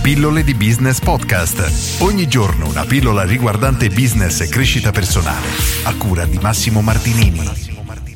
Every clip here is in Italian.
Pillole di Business Podcast. Ogni giorno una pillola riguardante business e crescita personale. A cura di Massimo Martinini.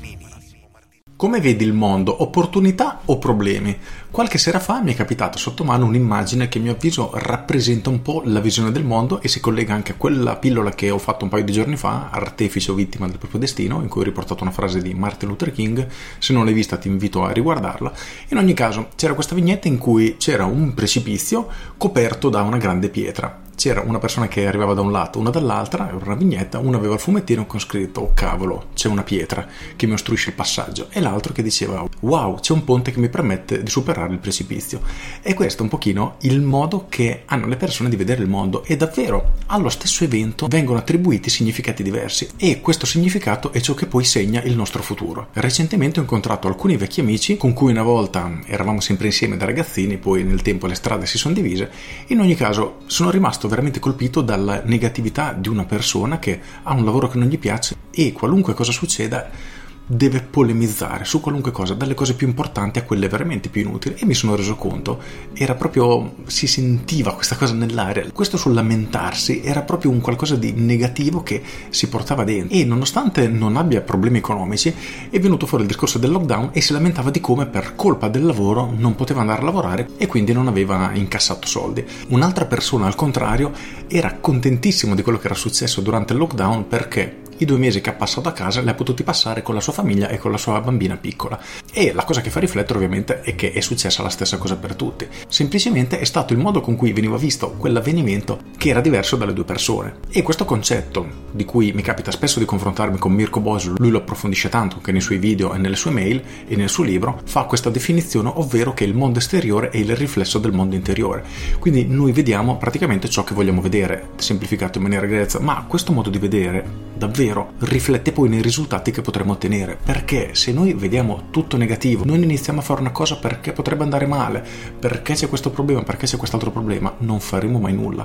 Come vedi il mondo? Opportunità o problemi? Qualche sera fa mi è capitata sotto mano un'immagine che a mio avviso rappresenta un po' la visione del mondo e si collega anche a quella pillola che ho fatto un paio di giorni fa, Artefice o vittima del proprio destino, in cui ho riportato una frase di Martin Luther King. Se non l'hai vista ti invito a riguardarla. In ogni caso c'era questa vignetta in cui c'era un precipizio coperto da una grande pietra. C'era una persona che arrivava da un lato, una dall'altra, era una vignetta, uno aveva il fumettino con scritto "Oh cavolo, c'è una pietra che mi ostruisce il passaggio", e l'altro che diceva "Wow, c'è un ponte che mi permette di superare il precipizio". E questo è un pochino il modo che hanno le persone di vedere il mondo, e davvero allo stesso evento vengono attribuiti significati diversi, e questo significato è ciò che poi segna il nostro futuro. Recentemente ho incontrato alcuni vecchi amici con cui una volta eravamo sempre insieme da ragazzini, poi nel tempo le strade si sono divise. In ogni caso sono rimasto veramente colpito dalla negatività di una persona che ha un lavoro che non gli piace e qualunque cosa succeda deve polemizzare su qualunque cosa, dalle cose più importanti a quelle veramente più inutili. E mi sono reso conto, era proprio, si sentiva questa cosa nell'aria, questo sul lamentarsi era proprio un qualcosa di negativo che si portava dentro. E nonostante non abbia problemi economici, è venuto fuori il discorso del lockdown e si lamentava di come per colpa del lavoro non poteva andare a lavorare e quindi non aveva incassato soldi. Un'altra persona al contrario era contentissimo di quello che era successo durante il lockdown, perché i 2 mesi che ha passato a casa li ha potuti passare con la sua famiglia e con la sua bambina piccola. E la cosa che fa riflettere ovviamente è che è successa la stessa cosa per tutti. Semplicemente è stato il modo con cui veniva visto quell'avvenimento che era diverso dalle 2 persone. E questo concetto, di cui mi capita spesso di confrontarmi con Mirko Bois, lui lo approfondisce tanto anche nei suoi video e nelle sue mail e nel suo libro, fa questa definizione, ovvero che il mondo esteriore è il riflesso del mondo interiore. Quindi noi vediamo praticamente ciò che vogliamo vedere, semplificato in maniera grezza, ma questo modo di vedere davvero riflette poi nei risultati che potremo ottenere, perché se noi vediamo tutto negativo, noi iniziamo a fare una cosa perché potrebbe andare male, perché c'è questo problema, perché c'è quest'altro problema, non faremo mai nulla.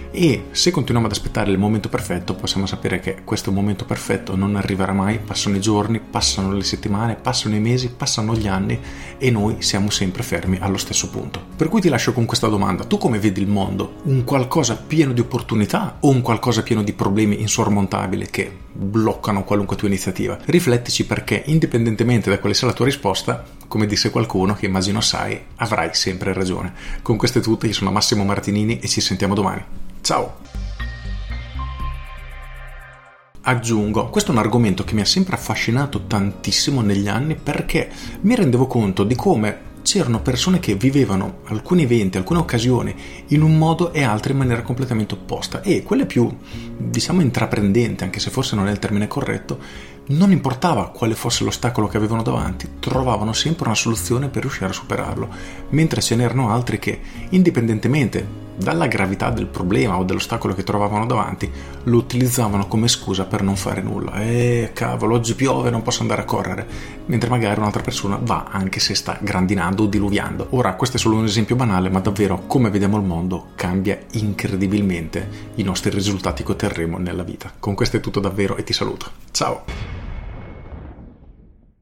E se continuiamo ad aspettare il momento perfetto, possiamo sapere che questo momento perfetto non arriverà mai. Passano i giorni, passano le settimane, passano i mesi, passano gli anni e noi siamo sempre fermi allo stesso punto. Per cui ti lascio con questa domanda: tu come vedi il mondo? Un qualcosa pieno di opportunità o un qualcosa pieno di problemi insormontabili che bloccano qualunque tua iniziativa? Riflettici, perché indipendentemente da quale sia la tua risposta, come disse qualcuno che immagino sai, avrai sempre ragione. Con questo è tutto, io sono Massimo Martinini e ci sentiamo domani. Ciao! Aggiungo, questo è un argomento che mi ha sempre affascinato tantissimo negli anni, perché mi rendevo conto di come c'erano persone che vivevano alcuni eventi, alcune occasioni in un modo e altre in maniera completamente opposta, e quelle più, diciamo, intraprendenti, anche se forse non è il termine corretto, non importava quale fosse l'ostacolo che avevano davanti, trovavano sempre una soluzione per riuscire a superarlo, mentre ce n'erano altri che, indipendentemente dalla gravità del problema o dell'ostacolo che trovavano davanti, lo utilizzavano come scusa per non fare nulla. Cavolo, oggi piove, non posso andare a correre, mentre magari un'altra persona va anche se sta grandinando o diluviando. Ora, questo è solo un esempio banale, ma davvero come vediamo il mondo cambia incredibilmente i nostri risultati che otterremo nella vita. Con questo è tutto davvero e ti saluto. Ciao!